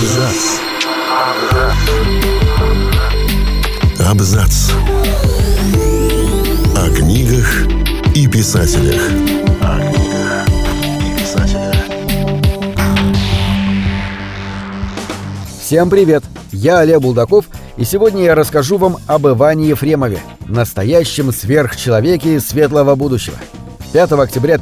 Абзац. Абзац. О книгах и писателях. Всем привет! Я Олег Булдаков, и сегодня я расскажу вам об Иване Ефремове, настоящем сверхчеловеке светлого будущего. 5 октября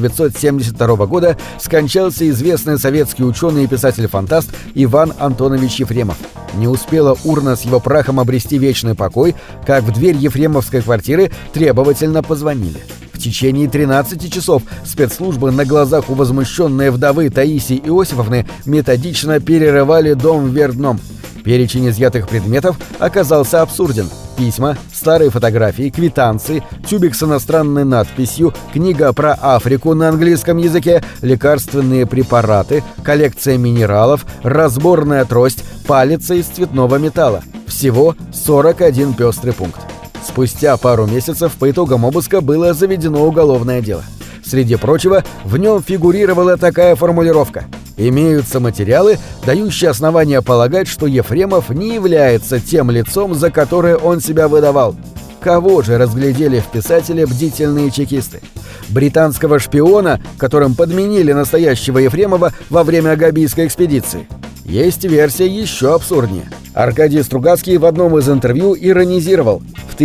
1972 года скончался известный советский ученый и писатель-фантаст Иван Антонович Ефремов. Не успела урна с его прахом обрести вечный покой, как в дверь ефремовской квартиры требовательно позвонили. В течение 13 часов спецслужбы на глазах у возмущенной вдовы Таисии Иосифовны методично перерывали дом вверх дном. Перечень изъятых предметов оказался абсурден. Письма, старые фотографии, квитанции, тюбик с иностранной надписью, книга про Африку на английском языке, лекарственные препараты, коллекция минералов, разборная трость, палица из цветного металла. Всего 41 пестрый пункт. Спустя пару месяцев по итогам обыска было заведено уголовное дело. Среди прочего, в нем фигурировала такая формулировка: «Имеются материалы, дающие основания полагать, что Ефремов не является тем лицом, за которое он себя выдавал». Кого же разглядели в писателе бдительные чекисты? Британского шпиона, которым подменили настоящего Ефремова во время Агабийской экспедиции? Есть версия еще абсурднее. Аркадий Стругацкий в одном из интервью иронизировал: в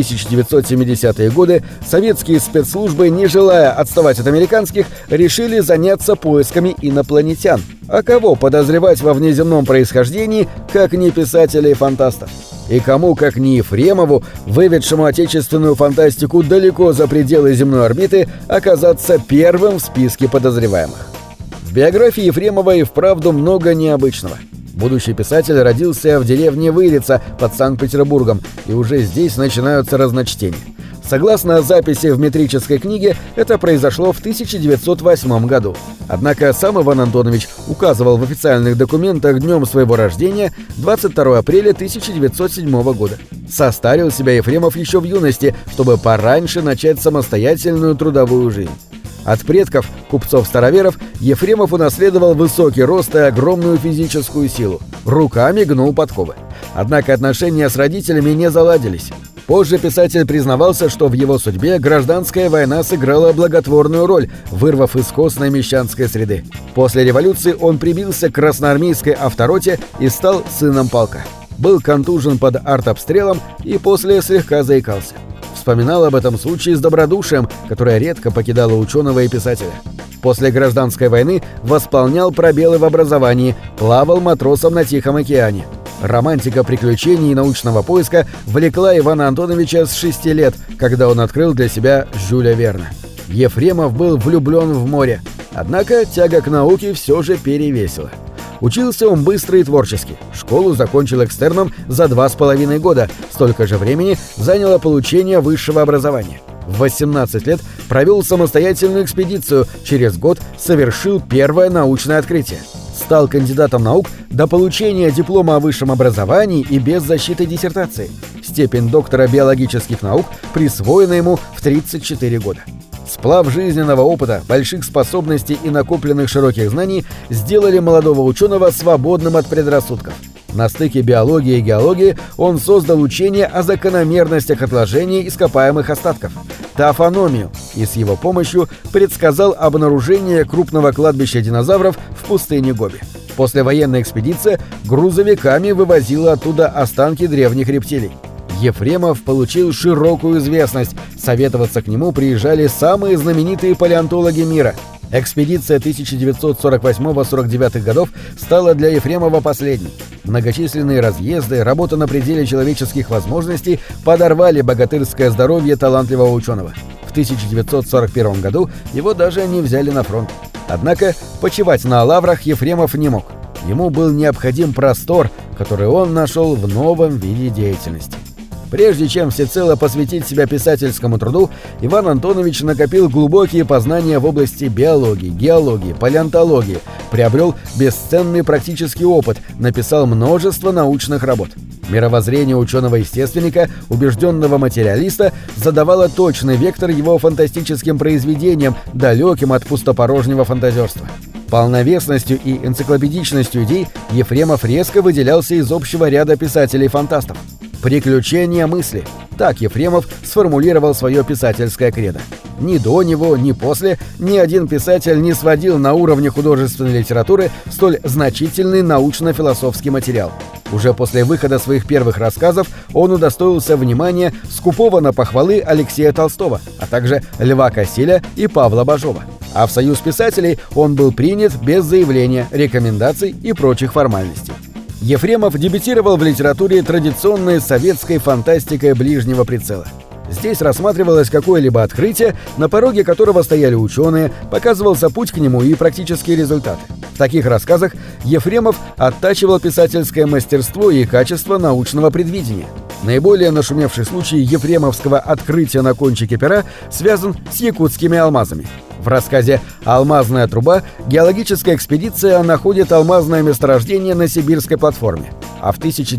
1970-е годы советские спецслужбы, не желая отставать от американских, решили заняться поисками инопланетян. А кого подозревать во внеземном происхождении, как не писателей и фантастов? И кому, как не Ефремову, выведшему отечественную фантастику далеко за пределы земной орбиты, оказаться первым в списке подозреваемых? В биографии Ефремова и вправду много необычного. Будущий писатель родился в деревне Вырица под Санкт-Петербургом, и уже здесь начинаются разночтения. Согласно записи в метрической книге, это произошло в 1908 году. Однако сам Иван Антонович указывал в официальных документах днем своего рождения 22 апреля 1907 года. Состарил себя Ефремов еще в юности, чтобы пораньше начать самостоятельную трудовую жизнь. От предков, купцов-староверов, Ефремов унаследовал высокий рост и огромную физическую силу. Руками гнул подковы. Однако отношения с родителями не заладились. Позже писатель признавался, что в его судьбе гражданская война сыграла благотворную роль, вырвав из костной мещанской среды. После революции он прибился к красноармейской автороте и стал сыном полка. Был контужен под артобстрелом и после слегка заикался. Вспоминал об этом случае с добродушием, которое редко покидало ученого и писателя. После гражданской войны восполнял пробелы в образовании, плавал матросом на Тихом океане. Романтика приключений и научного поиска влекла Ивана Антоновича с 6 лет, когда он открыл для себя Жюля Верна. Ефремов был влюблен в море, однако тяга к науке все же перевесила. Учился он быстро и творчески. Школу закончил экстерном за 2,5 года. Столько же времени заняло получение высшего образования. В 18 лет провел самостоятельную экспедицию. Через год совершил первое научное открытие. Стал кандидатом наук до получения диплома о высшем образовании и без защиты диссертации. Степень доктора биологических наук присвоена ему в 34 года. Сплав жизненного опыта, больших способностей и накопленных широких знаний сделали молодого ученого свободным от предрассудков. На стыке биологии и геологии он создал учение о закономерностях отложения ископаемых остатков – тафономию, и с его помощью предсказал обнаружение крупного кладбища динозавров в пустыне Гоби. Послевоенная экспедиция грузовиками вывозила оттуда останки древних рептилий. Ефремов получил широкую известность. Советоваться к нему приезжали самые знаменитые палеонтологи мира. Экспедиция 1948-49 годов стала для Ефремова последней. Многочисленные разъезды, работа на пределе человеческих возможностей подорвали богатырское здоровье талантливого ученого. В 1941 году его даже не взяли на фронт. Однако почивать на лаврах Ефремов не мог. Ему был необходим простор, который он нашел в новом виде деятельности. Прежде чем всецело посвятить себя писательскому труду, Иван Антонович накопил глубокие познания в области биологии, геологии, палеонтологии, приобрел бесценный практический опыт, написал множество научных работ. Мировоззрение ученого-естественника, убежденного материалиста, задавало точный вектор его фантастическим произведениям, далеким от пустопорожнего фантазерства. Полновесностью и энциклопедичностью идей Ефремов резко выделялся из общего ряда писателей-фантастов. «Приключения мысли» — так Ефремов сформулировал свое писательское кредо. Ни до него, ни после ни один писатель не сводил на уровне художественной литературы столь значительный научно-философский материал. Уже после выхода своих первых рассказов он удостоился внимания скупого на похвалы Алексея Толстого, а также Льва Косиля и Павла Бажова. А в Союз писателей он был принят без заявления, рекомендаций и прочих формальностей. Ефремов дебютировал в литературе традиционной советской фантастикой ближнего прицела. Здесь рассматривалось какое-либо открытие, на пороге которого стояли ученые, показывался путь к нему и практические результаты. В таких рассказах Ефремов оттачивал писательское мастерство и качество научного предвидения. Наиболее нашумевший случай ефремовского открытия на кончике пера связан с якутскими алмазами. В рассказе «Алмазная труба» геологическая экспедиция находит алмазное месторождение на сибирской платформе. А в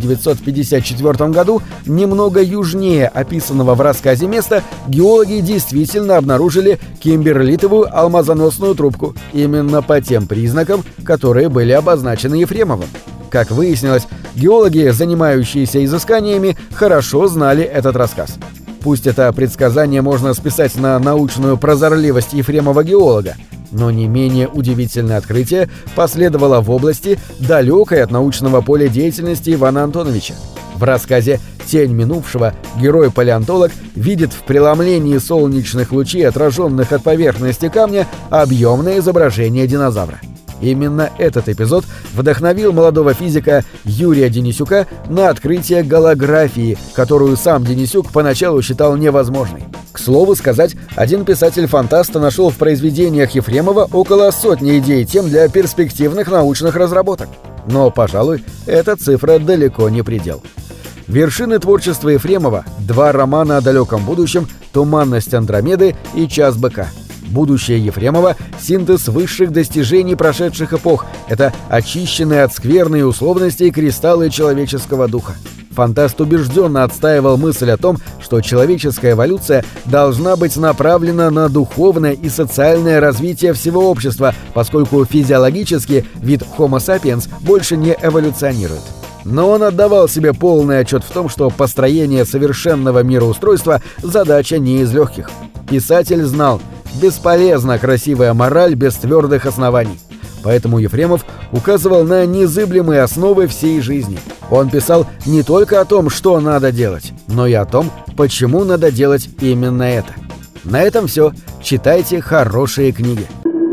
1954 году, немного южнее описанного в рассказе места, геологи действительно обнаружили кимберлитовую алмазоносную трубку, именно по тем признакам, которые были обозначены Ефремовым. Как выяснилось, геологи, занимающиеся изысканиями, хорошо знали этот рассказ. Пусть это предсказание можно списать на научную прозорливость Ефремова-геолога, но не менее удивительное открытие последовало в области, далекой от научного поля деятельности Ивана Антоновича. В рассказе «Тень минувшего» герой-палеонтолог видит в преломлении солнечных лучей, отраженных от поверхности камня, объемное изображение динозавра. Именно этот эпизод вдохновил молодого физика Юрия Денисюка на открытие голографии, которую сам Денисюк поначалу считал невозможной. К слову сказать, один писатель-фантаст нашел в произведениях Ефремова около сотни идей тем для перспективных научных разработок. Но, пожалуй, эта цифра далеко не предел. Вершины творчества Ефремова — 2 романа о далеком будущем «Туманность Андромеды» и «Час быка». Будущее Ефремова — синтез высших достижений прошедших эпох. Это очищенные от скверны и условностей кристаллы человеческого духа. Фантаст убежденно отстаивал мысль о том, что человеческая эволюция должна быть направлена на духовное и социальное развитие всего общества, поскольку физиологически вид Homo sapiens больше не эволюционирует. Но он отдавал себе полный отчет в том, что построение совершенного мироустройства – задача не из легких. Писатель знал – бесполезна красивая мораль без твердых оснований. Поэтому Ефремов указывал на незыблемые основы всей жизни. Он писал не только о том, что надо делать, но и о том, почему надо делать именно это. На этом все. Читайте хорошие книги.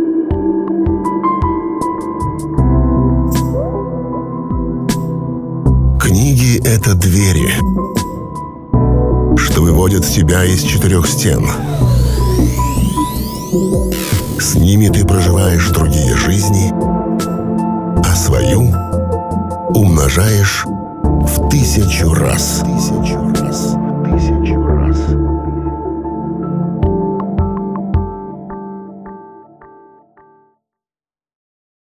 Книги — это двери, что выводят тебя из 4 стен. С ними ты проживаешь другие жизни, а свою умножаешь в 1000 раз.